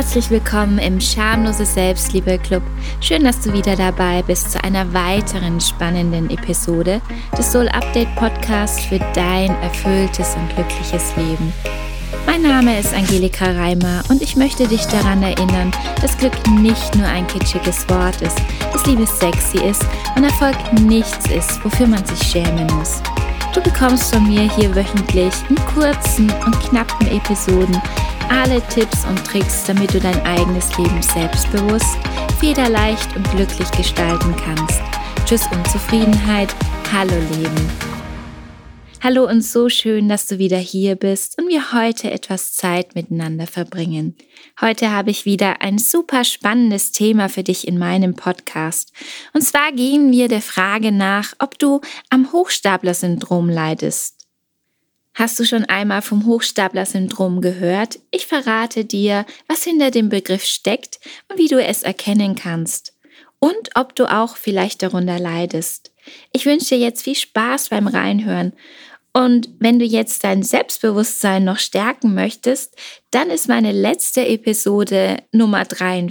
Herzlich willkommen im Schamlose Selbstliebe Club. Schön, dass du wieder dabei bist zu einer weiteren spannenden Episode des Soul Update Podcasts für dein erfülltes und glückliches Leben. Mein Name ist Angelika Reimer und ich möchte dich daran erinnern, dass Glück nicht nur ein kitschiges Wort ist, dass Liebe sexy ist und Erfolg nichts ist, wofür man sich schämen muss. Du bekommst von mir hier wöchentlich in kurzen und knappen Episoden alle Tipps und Tricks, damit du dein eigenes Leben selbstbewusst, federleicht und glücklich gestalten kannst. Tschüss Unzufriedenheit, hallo Leben. Hallo und so schön, dass du wieder hier bist und wir heute etwas Zeit miteinander verbringen. Heute habe ich wieder ein super spannendes Thema für dich in meinem Podcast. Und zwar gehen wir der Frage nach, ob du am Hochstapler-Syndrom leidest. Hast du schon einmal vom Hochstapler-Syndrom gehört? Ich verrate dir, was hinter dem Begriff steckt und wie du es erkennen kannst. Und ob du auch vielleicht darunter leidest. Ich wünsche dir jetzt viel Spaß beim Reinhören. Und wenn du jetzt dein Selbstbewusstsein noch stärken möchtest, dann ist meine letzte Episode Nummer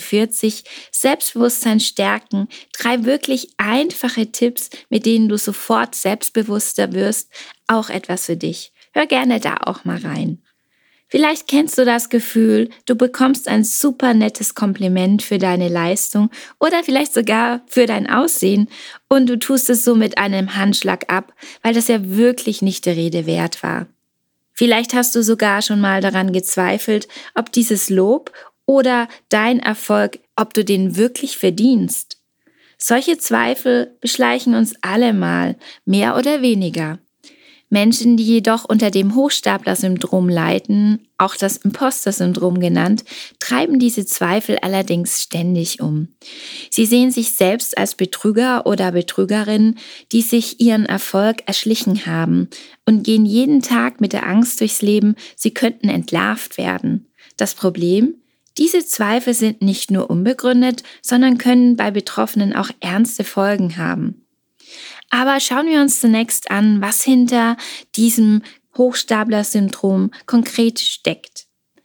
43, Selbstbewusstsein stärken, 3 wirklich einfache Tipps, mit denen du sofort selbstbewusster wirst, auch etwas für dich. Hör gerne da auch mal rein. Vielleicht kennst du das Gefühl, du bekommst ein super nettes Kompliment für deine Leistung oder vielleicht sogar für dein Aussehen und du tust es so mit einem Handschlag ab, weil das ja wirklich nicht der Rede wert war. Vielleicht hast du sogar schon mal daran gezweifelt, ob dieses Lob oder dein Erfolg, ob du den wirklich verdienst. Solche Zweifel beschleichen uns alle mal, mehr oder weniger. Menschen, die jedoch unter dem Hochstapler-Syndrom leiden, auch das Imposter-Syndrom genannt, treiben diese Zweifel allerdings ständig um. Sie sehen sich selbst als Betrüger oder Betrügerin, die sich ihren Erfolg erschlichen haben und gehen jeden Tag mit der Angst durchs Leben, sie könnten entlarvt werden. Das Problem? Diese Zweifel sind nicht nur unbegründet, sondern können bei Betroffenen auch ernste Folgen haben. Aber schauen wir uns zunächst an, was hinter diesem Hochstapler-Syndrom konkret steckt.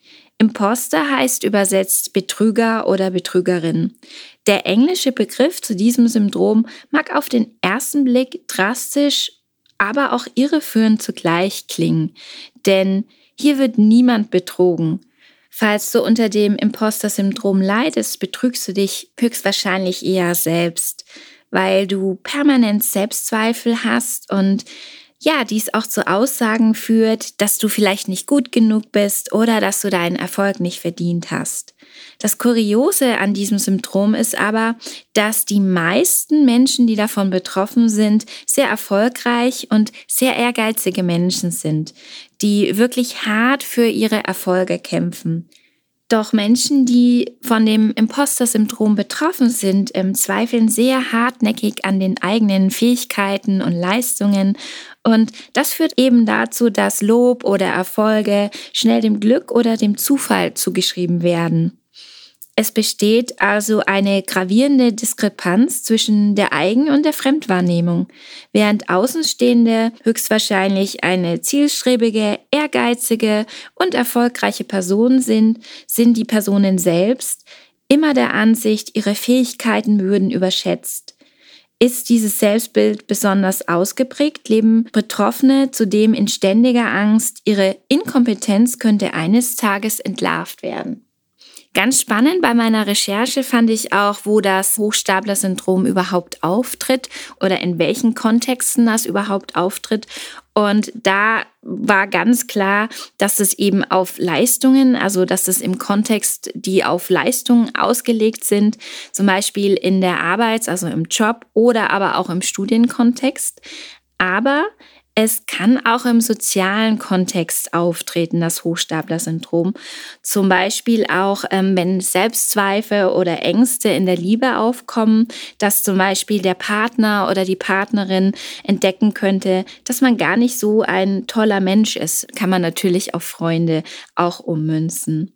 Imposter heißt übersetzt Betrüger oder Betrügerin. Der englische Begriff zu diesem Syndrom mag auf den ersten Blick drastisch, aber auch irreführend zugleich klingen. Denn hier wird niemand betrogen. Falls du unter dem Imposter-Syndrom leidest, betrügst du dich höchstwahrscheinlich eher selbst, weil du permanent Selbstzweifel hast und ja, dies auch zu Aussagen führt, dass du vielleicht nicht gut genug bist oder dass du deinen Erfolg nicht verdient hast. Das Kuriose an diesem Syndrom ist aber, dass die meisten Menschen, die davon betroffen sind, sehr erfolgreich und sehr ehrgeizige Menschen sind, die wirklich hart für ihre Erfolge kämpfen. Doch Menschen, die von dem Imposter-Syndrom betroffen sind, zweifeln sehr hartnäckig an den eigenen Fähigkeiten und Leistungen. Und das führt eben dazu, dass Lob oder Erfolge schnell dem Glück oder dem Zufall zugeschrieben werden. Es besteht also eine gravierende Diskrepanz zwischen der Eigen- und der Fremdwahrnehmung. Während Außenstehende höchstwahrscheinlich eine zielstrebige, ehrgeizige und erfolgreiche Person sind die Personen selbst immer der Ansicht, ihre Fähigkeiten würden überschätzt. Ist dieses Selbstbild besonders ausgeprägt, leben Betroffene zudem in ständiger Angst, ihre Inkompetenz könnte eines Tages entlarvt werden. Ganz spannend bei meiner Recherche fand ich auch, wo das Hochstapler-Syndrom überhaupt auftritt oder in welchen Kontexten das überhaupt auftritt. Und da war ganz klar, dass es eben auf Leistungen, also dass es im Kontext, die auf Leistungen ausgelegt sind, zum Beispiel in der Arbeit, also im Job oder aber auch im Studienkontext. Aber es kann auch im sozialen Kontext auftreten, das Hochstapler-Syndrom. Zum Beispiel auch, wenn Selbstzweifel oder Ängste in der Liebe aufkommen, dass zum Beispiel der Partner oder die Partnerin entdecken könnte, dass man gar nicht so ein toller Mensch ist. Kann man natürlich auf Freunde auch ummünzen.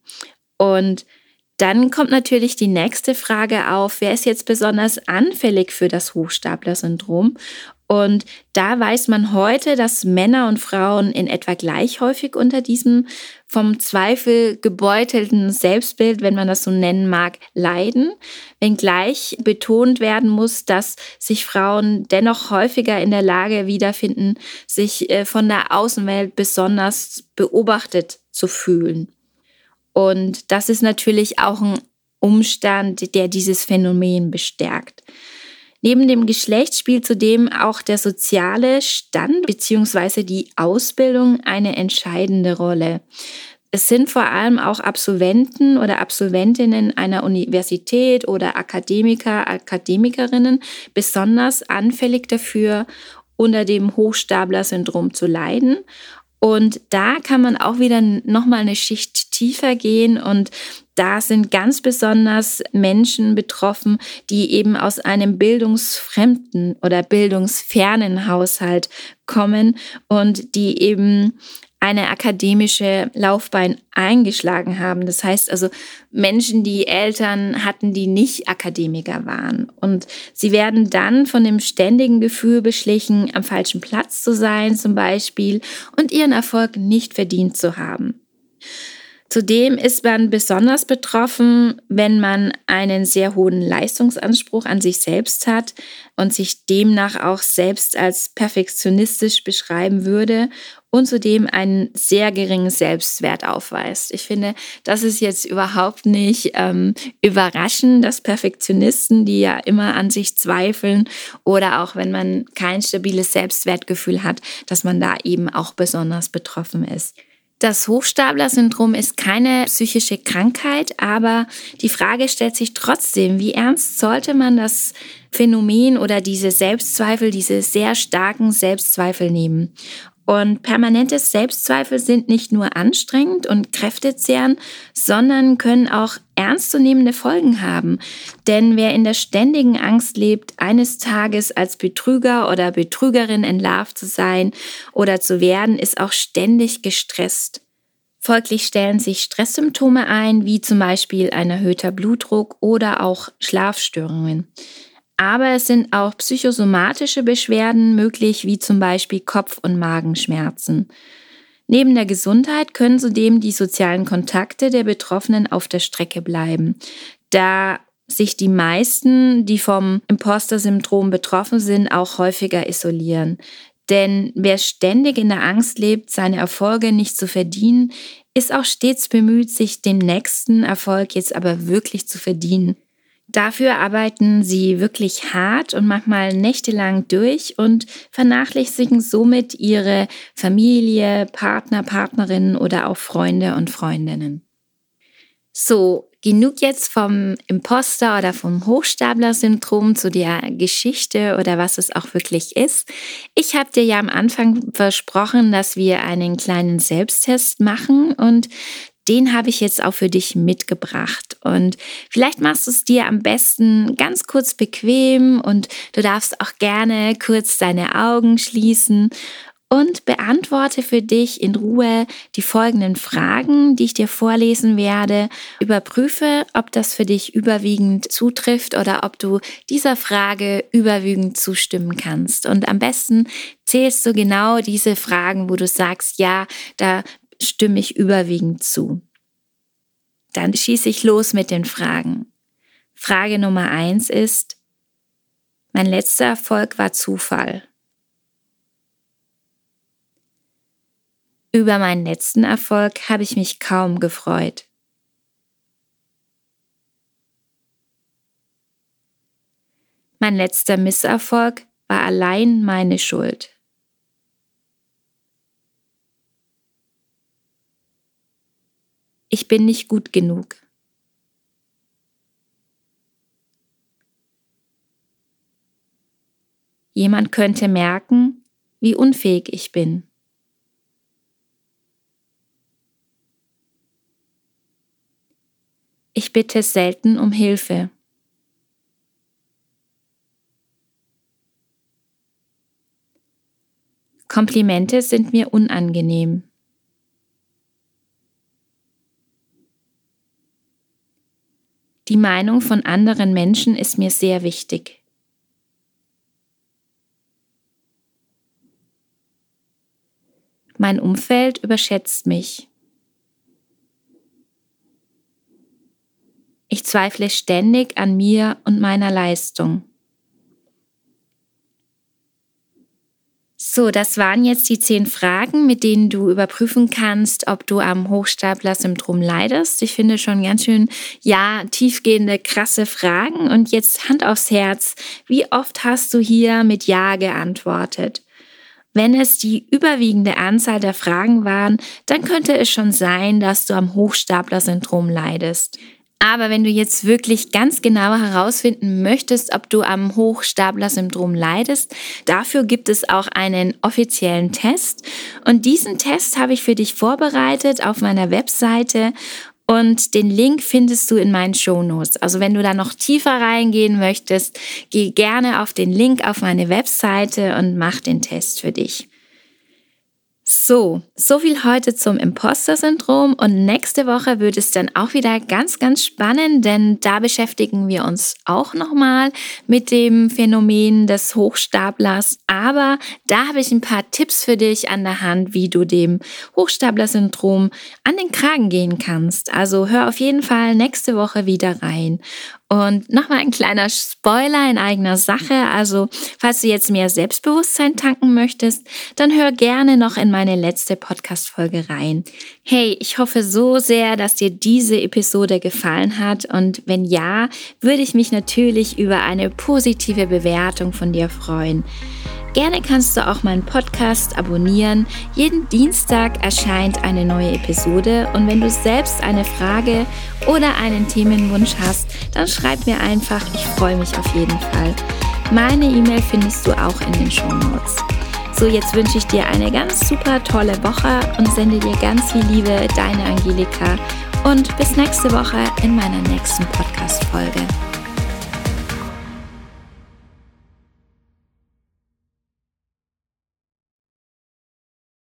Und dann kommt natürlich die nächste Frage auf, wer ist jetzt besonders anfällig für das Hochstapler-Syndrom? Und da weiß man heute, dass Männer und Frauen in etwa gleich häufig unter diesem vom Zweifel gebeutelten Selbstbild, wenn man das so nennen mag, leiden. Wenngleich betont werden muss, dass sich Frauen dennoch häufiger in der Lage wiederfinden, sich von der Außenwelt besonders beobachtet zu fühlen. Und das ist natürlich auch ein Umstand, der dieses Phänomen bestärkt. Neben dem Geschlecht spielt zudem auch der soziale Stand bzw. die Ausbildung eine entscheidende Rolle. Es sind vor allem auch Absolventen oder Absolventinnen einer Universität oder Akademiker, Akademikerinnen besonders anfällig dafür, unter dem Hochstapler-Syndrom zu leiden. Und da kann man auch wieder nochmal eine Schicht tiefer gehen und da sind ganz besonders Menschen betroffen, die eben aus einem bildungsfremden oder bildungsfernen Haushalt kommen und die eben eine akademische Laufbahn eingeschlagen haben. Das heißt also Menschen, die Eltern hatten, die nicht Akademiker waren. Und sie werden dann von dem ständigen Gefühl beschlichen, am falschen Platz zu sein zum Beispiel und ihren Erfolg nicht verdient zu haben. Zudem ist man besonders betroffen, wenn man einen sehr hohen Leistungsanspruch an sich selbst hat und sich demnach auch selbst als perfektionistisch beschreiben würde und zudem einen sehr geringen Selbstwert aufweist. Ich finde, das ist jetzt überhaupt nicht überraschend, dass Perfektionisten, die ja immer an sich zweifeln oder auch wenn man kein stabiles Selbstwertgefühl hat, dass man da eben auch besonders betroffen ist. Das Hochstapler-Syndrom ist keine psychische Krankheit, aber die Frage stellt sich trotzdem, wie ernst sollte man das Phänomen oder diese Selbstzweifel, diese sehr starken Selbstzweifel nehmen? Und permanente Selbstzweifel sind nicht nur anstrengend und kräftezehrend, sondern können auch ernstzunehmende Folgen haben. Denn wer in der ständigen Angst lebt, eines Tages als Betrüger oder Betrügerin entlarvt zu sein oder zu werden, ist auch ständig gestresst. Folglich stellen sich Stresssymptome ein, wie zum Beispiel ein erhöhter Blutdruck oder auch Schlafstörungen. Aber es sind auch psychosomatische Beschwerden möglich, wie zum Beispiel Kopf- und Magenschmerzen. Neben der Gesundheit können zudem die sozialen Kontakte der Betroffenen auf der Strecke bleiben, da sich die meisten, die vom Imposter-Syndrom betroffen sind, auch häufiger isolieren. Denn wer ständig in der Angst lebt, seine Erfolge nicht zu verdienen, ist auch stets bemüht, sich den nächsten Erfolg jetzt aber wirklich zu verdienen. Dafür arbeiten sie wirklich hart und manchmal nächtelang durch und vernachlässigen somit ihre Familie, Partner, Partnerinnen oder auch Freunde und Freundinnen. So, genug jetzt vom Imposter oder vom Hochstapler-Syndrom zu der Geschichte oder was es auch wirklich ist. Ich habe dir ja am Anfang versprochen, dass wir einen kleinen Selbsttest machen und den habe ich jetzt auch für dich mitgebracht. Und vielleicht machst du es dir am besten ganz kurz bequem und du darfst auch gerne kurz deine Augen schließen und beantworte für dich in Ruhe die folgenden Fragen, die ich dir vorlesen werde. Überprüfe, ob das für dich überwiegend zutrifft oder ob du dieser Frage überwiegend zustimmen kannst. Und am besten zählst du genau diese Fragen, wo du sagst, ja, da stimme ich überwiegend zu. Dann schieße ich los mit den Fragen. Frage Nummer 1 ist, mein letzter Erfolg war Zufall. Über meinen letzten Erfolg habe ich mich kaum gefreut. Mein letzter Misserfolg war allein meine Schuld. Ich bin nicht gut genug. Jemand könnte merken, wie unfähig ich bin. Ich bitte selten um Hilfe. Komplimente sind mir unangenehm. Die Meinung von anderen Menschen ist mir sehr wichtig. Mein Umfeld überschätzt mich. Ich zweifle ständig an mir und meiner Leistung. So, das waren jetzt die 10 Fragen, mit denen du überprüfen kannst, ob du am Hochstapler-Syndrom leidest. Ich finde schon ganz schön, tiefgehende, krasse Fragen. Und jetzt Hand aufs Herz, wie oft hast du hier mit Ja geantwortet? Wenn es die überwiegende Anzahl der Fragen waren, dann könnte es schon sein, dass du am Hochstapler-Syndrom leidest. Aber wenn du jetzt wirklich ganz genau herausfinden möchtest, ob du am Hochstapler-Syndrom leidest, dafür gibt es auch einen offiziellen Test. Und diesen Test habe ich für dich vorbereitet auf meiner Webseite. Und den Link findest du in meinen Shownotes. Also wenn du da noch tiefer reingehen möchtest, geh gerne auf den Link auf meine Webseite und mach den Test für dich. So viel heute zum Imposter-Syndrom und nächste Woche wird es dann auch wieder ganz, ganz spannend, denn da beschäftigen wir uns auch nochmal mit dem Phänomen des Hochstaplers. Aber da habe ich ein paar Tipps für dich an der Hand, wie du dem Hochstapler-Syndrom an den Kragen gehen kannst. Also hör auf jeden Fall nächste Woche wieder rein. Und nochmal ein kleiner Spoiler in eigener Sache, also falls du jetzt mehr Selbstbewusstsein tanken möchtest, dann hör gerne noch in meine letzte Podcast-Folge rein. Hey, ich hoffe so sehr, dass dir diese Episode gefallen hat und wenn ja, würde ich mich natürlich über eine positive Bewertung von dir freuen. Gerne kannst du auch meinen Podcast abonnieren. Jeden Dienstag erscheint eine neue Episode und wenn du selbst eine Frage oder einen Themenwunsch hast, dann schreib mir einfach, ich freue mich auf jeden Fall. Meine E-Mail findest du auch in den Shownotes. So, jetzt wünsche ich dir eine ganz super tolle Woche und sende dir ganz viel Liebe, deine Angelika und bis nächste Woche in meiner nächsten Podcast-Folge.